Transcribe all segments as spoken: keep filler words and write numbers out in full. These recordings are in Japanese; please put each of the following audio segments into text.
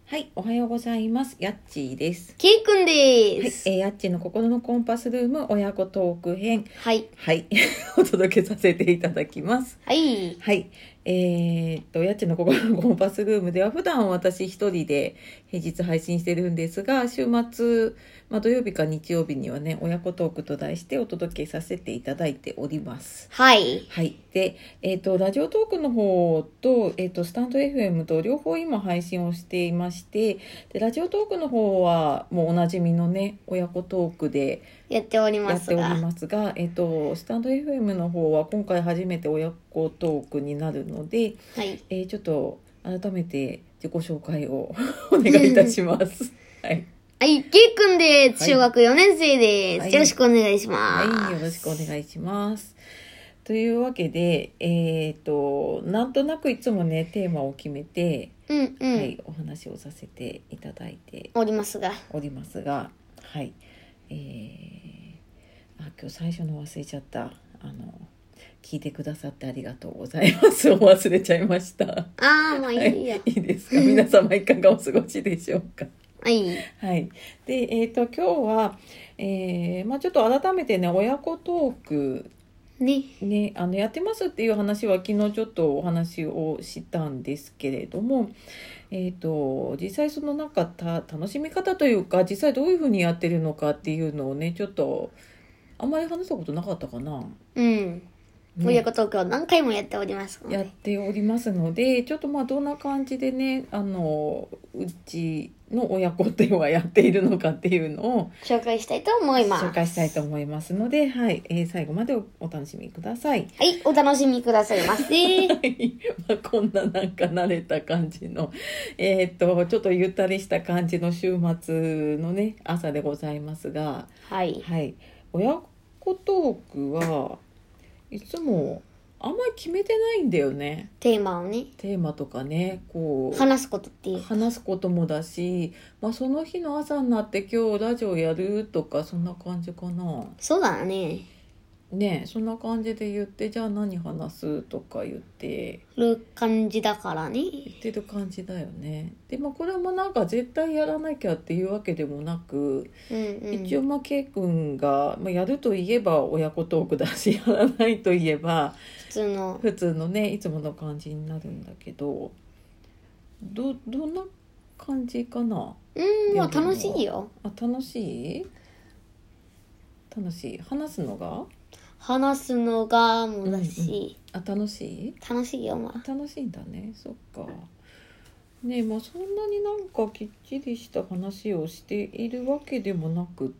はい、おはようございます。やっちーです。 けいくんではい、 す。 えー、やっちーの心のコンパスルーム親子トーク編。 はい。 はい、お届けさせていただきます。 はい。 はい、えー、っと、やっちーの心のコンパスルームでは普段私一人で平日配信してるんですが、週末、まあ、土曜日か日曜日にはね、親子トークと題してお届けさせていただいております。 はい。 はい。で、えっと、ラジオトークの方と、えっと、スタンド エフエム と両方今配信をしていまして、で、ラジオトークの方はもうおなじみのね、親子トークでやっておりますが。 やっておりますが、えっと、スタンド エフエム の方は今回初めて親子トークになるので、 はい。 えー、ちょっと改めて自己紹介をお願いいたします。はい。 はい、けいくんです。中学よねん生です。 はいよろしくお願いします。 はい、よろしくお願いします。というわけで、えっと、なんとなくいつもね、テーマを決めて、 うんうん。 はい、お話をさせていただいておりますが。 おりますが、はい、えー、あ、今日最初の忘れちゃった。あの、聞いてくださってありがとうございます。忘れちゃいました。 ああ、まあいいや。 はい、いいですか。皆様いかがお過ごしでしょうか。 はい。 はい。で、えっと、今日は、えー、まあちょっと改めてね、親子トーク、 ね。 ね、あのやってますっていう話は昨日ちょっとお話をしたんですけれども、えーと、実際そのなんかた楽しみ方というか、実際どういうふうにやってるのかっていうのをね、ちょっとあんまり話したことなかったかな。 うん。 ね、 親子トークを何回もやっておりますので。 やっておりますので、ちょっとまあどんな感じでね、あのうちの親子っていうのはやっているのかっていうのを紹介したいと思います。 紹介したいと思いますので、はい、えー、最後まで お, お楽しみください。 はい、お楽しみくださいませ。 はい、まあ、こんななんか慣れた感じの、えー、っとちょっとゆったりした感じの週末のね朝でございますが、 はい。 はい、親子トークはいつもあんまり決めてないんだよね。 テーマをね。 テーマとかね、こう話すことっていう。 話すこともだし、まあ、その日の朝になって今日ラジオやるとかそんな感じかな。 そうだね。 ね、そんな感じで言って、じゃあ何話すとか言ってる感じだからね。 言ってる感じだよね。でもこれもなんか絶対やらなきゃっていうわけでもなく、 うんうん、 一応まあ K 君が、まあ、やるといえば親子トークだし、やらないといえば普通の普通のねいつもの感じになるんだけど、どどんな感じかな。 うん、まあ楽しいよ。 あ、楽しい楽しい話すのが話すのがもだし、 うんうん、あ、楽しい楽しいよ、まあ。 楽しいんだね。そっかね。まあそんなになんかきっちりした話をしているわけでもなくって、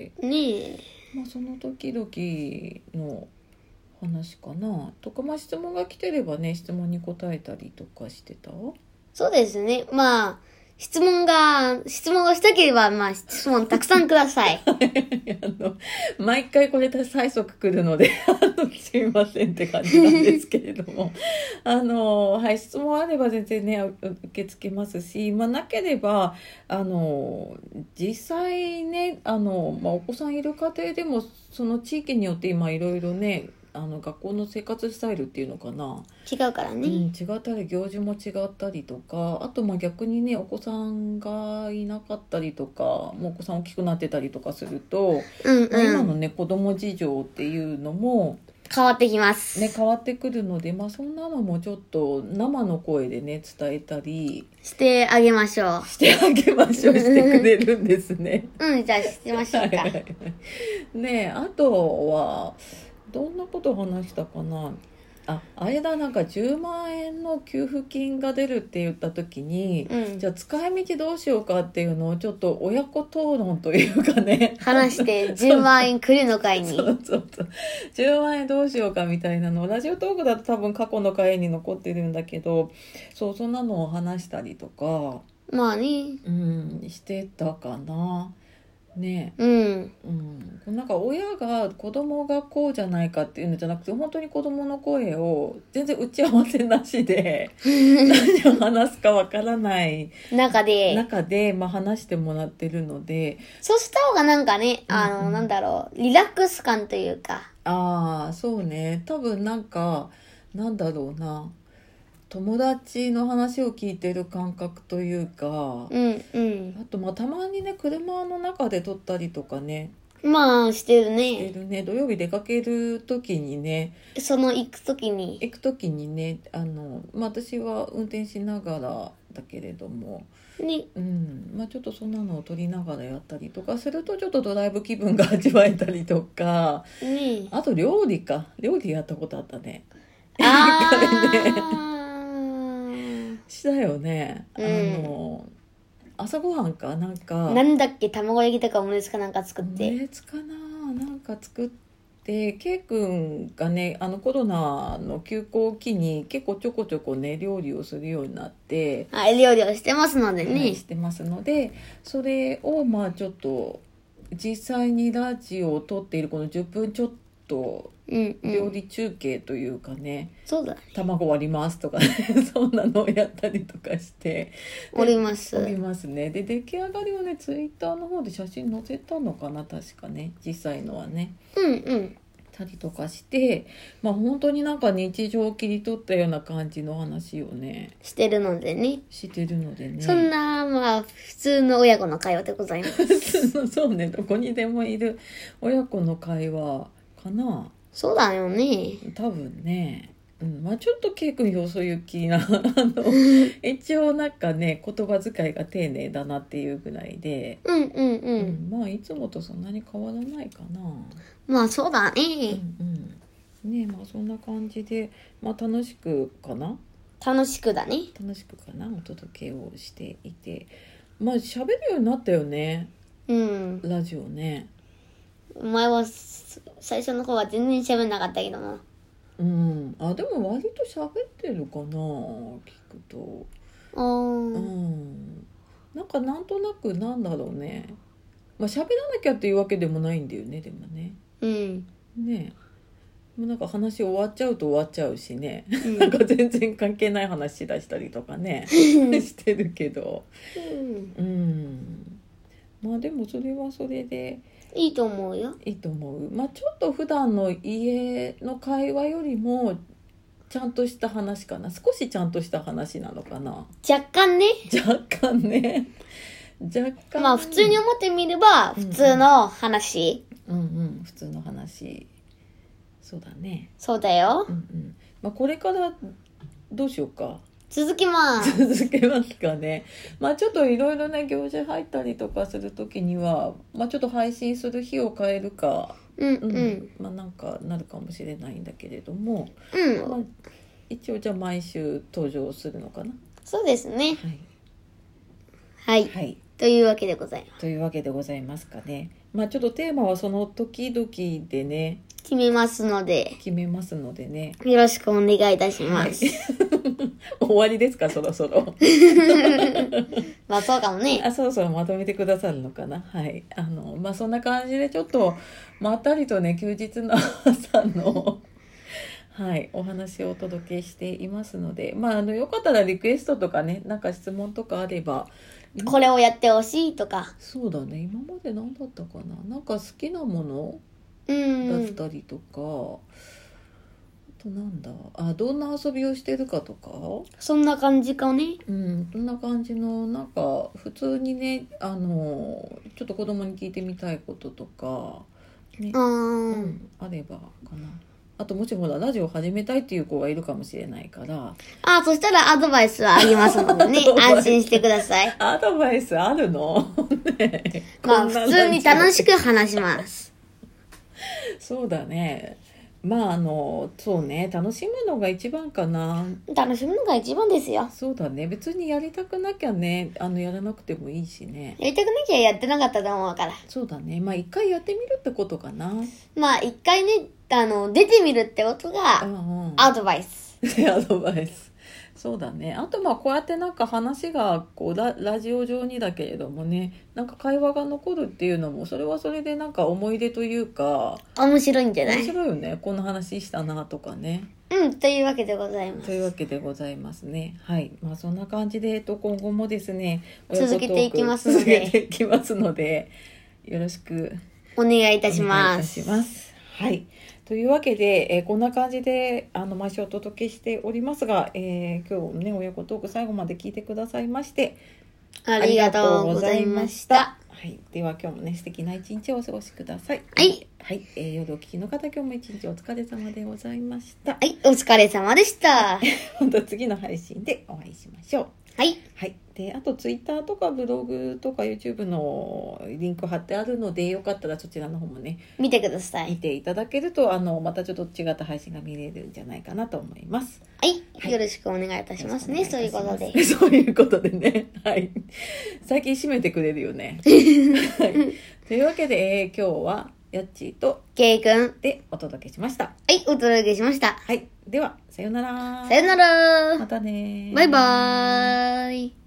ねえ、 まあその時々の話かなとか、まあ質問が来てればね質問に答えたりとかしてた。 そうですね。まあ質問が質問がしたければ、まあ質問たくさんください。 あの毎回これ催促来るのであのすいませんって感じなんですけれどもあの、はい、質問あれば全然ね受け付けますし、まあ、なければあの実際ねあの、まあ、お子さんいる家庭でもその地域によって今いろいろねあの学校の生活スタイルっていうのかな、 違うからね、 うん、違ったり行事も違ったりとか、あとまあ逆にねお子さんがいなかったりとか、もうお子さん大きくなってたりとかすると、 うんうん、 まあ、今のね子供事情っていうのも変わってきます、 ね、変わってくるので、まあ、そんなのもちょっと生の声でね伝えたりしてあげましょうしてあげましょうしてくれるんですね。 うん、じゃあしてましょうか。 ね、あとはどんなこと話したかな。あ、あれだ、なんかじゅうまんえんの給付金が出るって言った時に、 うん、 じゃあ使い道どうしようかっていうのをちょっと親子討論というかね話してじゅうまんえんくるの会にそうそうそうじゅうまんえんどうしようかみたいなのをラジオトークだと多分過去の回に残ってるんだけど、そうそんなのを話したりとか、 まあね、 うんしてたかなね。 うん、 うん、なんか親が子供がこうじゃないかっていうのじゃなくて、本当に子供の声を全然打ち合わせなしで何を話すかわからない中で中で、まあ、話してもらってるので、 そうした方がなんかね、あの、 うんうん、 なんだろう、リラックス感というか、 ああそうね、多分なんかなんだろうな、 友達の話を聞いてる感覚というか、 うんうんあとまあたまにね車の中で撮ったりとかねまあしてるしてね。 るね。土曜日出かける時にねその行くときに。 行く時にねあの、まあ、私は運転しながらだけれども、 ね。 うんまあ、ちょっとそんなのを撮りながらやったりとかするとちょっとドライブ気分が味わえたりとか、 ね。 あと料理か料理やったことあったね。 あしたよね、 うんあの朝ごはんかなんかー。なんだっけ、卵焼きとかオムレツかなんか作って。 オムレツかななんか作ってケイ君がねあのコロナの休校を機に結構ちょこちょこね料理をするようになってはい、料理をしてますのでね。 はいしてますので、それをまあちょっと実際にラジオを撮っているこのじゅっぷんちょっとうんうん。 料理中継というかね、 そうだね。 卵割りますとかねそんなのをやったりとかしております。 おりますね。で出来上がりをねツイッターの方で写真載せたのかな確かね実際のはねうんうん。 たりとかして、まあ本当になんか日常を切り取ったような感じの話をねしてるのでね。 してるのでねそんな、まあ、普通の親子の会話でございます。 そうねどこにでもいる親子の会話かなそうだよね。 多分ね、うん、まあちょっとケイ君よそ行きなあの一応なんかね言葉遣いが丁寧だなっていうぐらいで、 うんうんう。 うんん、まあいつもとそんなに変わらないかな。 まあ、そうだうんね。 うんねまあそんな感じでまあ楽しくかな楽しくだね。 楽しくかなお届けをしていて、まあ喋るようになったよねうん。 ラジオね。 前は、最初の方は全然喋んなかったけども。 うんあでも割と喋ってるかな聞くと。 あー。 うんなんかなんとなくなんだろうねまあ喋らなきゃっていうわけでもないんだよねでもねうん。 ねもうなんか話終わっちゃうと終わっちゃうしね、 うんなんか全然関係ない話しだしたりとかねしてるけどうんうんまあでもそれはそれでいいと思うよ。 いいと思う。まあちょっと普段の家の会話よりもちゃんとした話かな少しちゃんとした話なのかな若干ね。 若干ね若干まあ、普通に思ってみれば、普通の話。 うんうん普通の話そうだねそうだようん。うんまあこれからどうしようか続きます。 続けますかね。まあちょっといろいろね行事入ったりとかするときにはまあちょっと配信する日を変えるかうんううんん。 まあなんかなるかもしれないんだけれども、 うん。 まあ、一応じゃあ毎週登場するのかな。 そうですね。 はい、 はい。 はい、 というわけでございます。 というわけでございますかね。まあちょっとテーマはその時々でね決めますので、 決めますのでね。 よろしくお願いいたします。 終わりですかそろそろ。 まあ、そうかもね。 あそろそろまとめてくださるのかな。はいあのまあそんな感じでちょっとまったりとね休日の朝のはいお話をお届けしていますので、まああのよかったらリクエストとかねなんか質問とかあれば。 これをやってほしいとか。 そうだね今まで何だったかななんか好きなものうん。 だったりとか、あとなんだあどんな遊びをしてるかとかそんな感じかね。 うんそんな感じのなんか普通にねあのちょっと子供に聞いてみたいこととか、ねう。 うんん、あればかな。あともしほらラジオ始めたいっていう子がいるかもしれないからあ、そしたらアドバイスはありますのでねアド。バイス安心してください。 アドバイスあるのねまあ、 こんな普通に楽しく話します。 そうだねまああのそうね楽しむのが一番かな。 楽しむのが一番ですよ。 そうだね別にやりたくなきゃねあのやらなくてもいいしね。 やりたくなきゃやってなかったと思うから。 そうだねまあ一回やってみるってことかな。 まあ、一回ね、あの、出てみるってことうが、 んうんアドバイス。 アドバイスそうだね。あとまあこうやってなんか話がこう ラ, ラジオ上にだけれどもねなんか会話が残るっていうのもそれはそれでなんか思い出というか面白いんじゃない？ 面白いよねこんな話したなとかね。 うん、というわけでございます。 というわけでございますね。はいまあそんな感じで、えっと、今後もですね続けていきますので続けていきますのでよろしくお願いいたしお願いいたます。 します。 はい。というわけで、えーこんな感じであの毎週お届けしておりますが、えー今日ね親子トーク最後まで聞いてくださいましてありがとうございました。 はい。では今日もね素敵な一日をお過ごしください。 はい。 はい。えー夜お聞きの方今日も一日お疲れ様でございました。 はい、お疲れ様でした。 また次の配信でお会いしましょう。 はい。 はい。で、あとツイッターとかブログとか YouTube のリンク貼ってあるので、よかったらそちらの方もね、 見てください。 見ていただけると、あの、またちょっと違った配信が見れるんじゃないかなと思います。 はい。 はいよろしくお願いいたしますね。そういうことで。 そういうことでね。はい。最近締めてくれるよね。はい。というわけで、えー今日は、やっちーとケイくん。 でお届けしました。 はい、お届けしました。 はい。では、さようなら。 さよなら。 またね。 バイバーイ。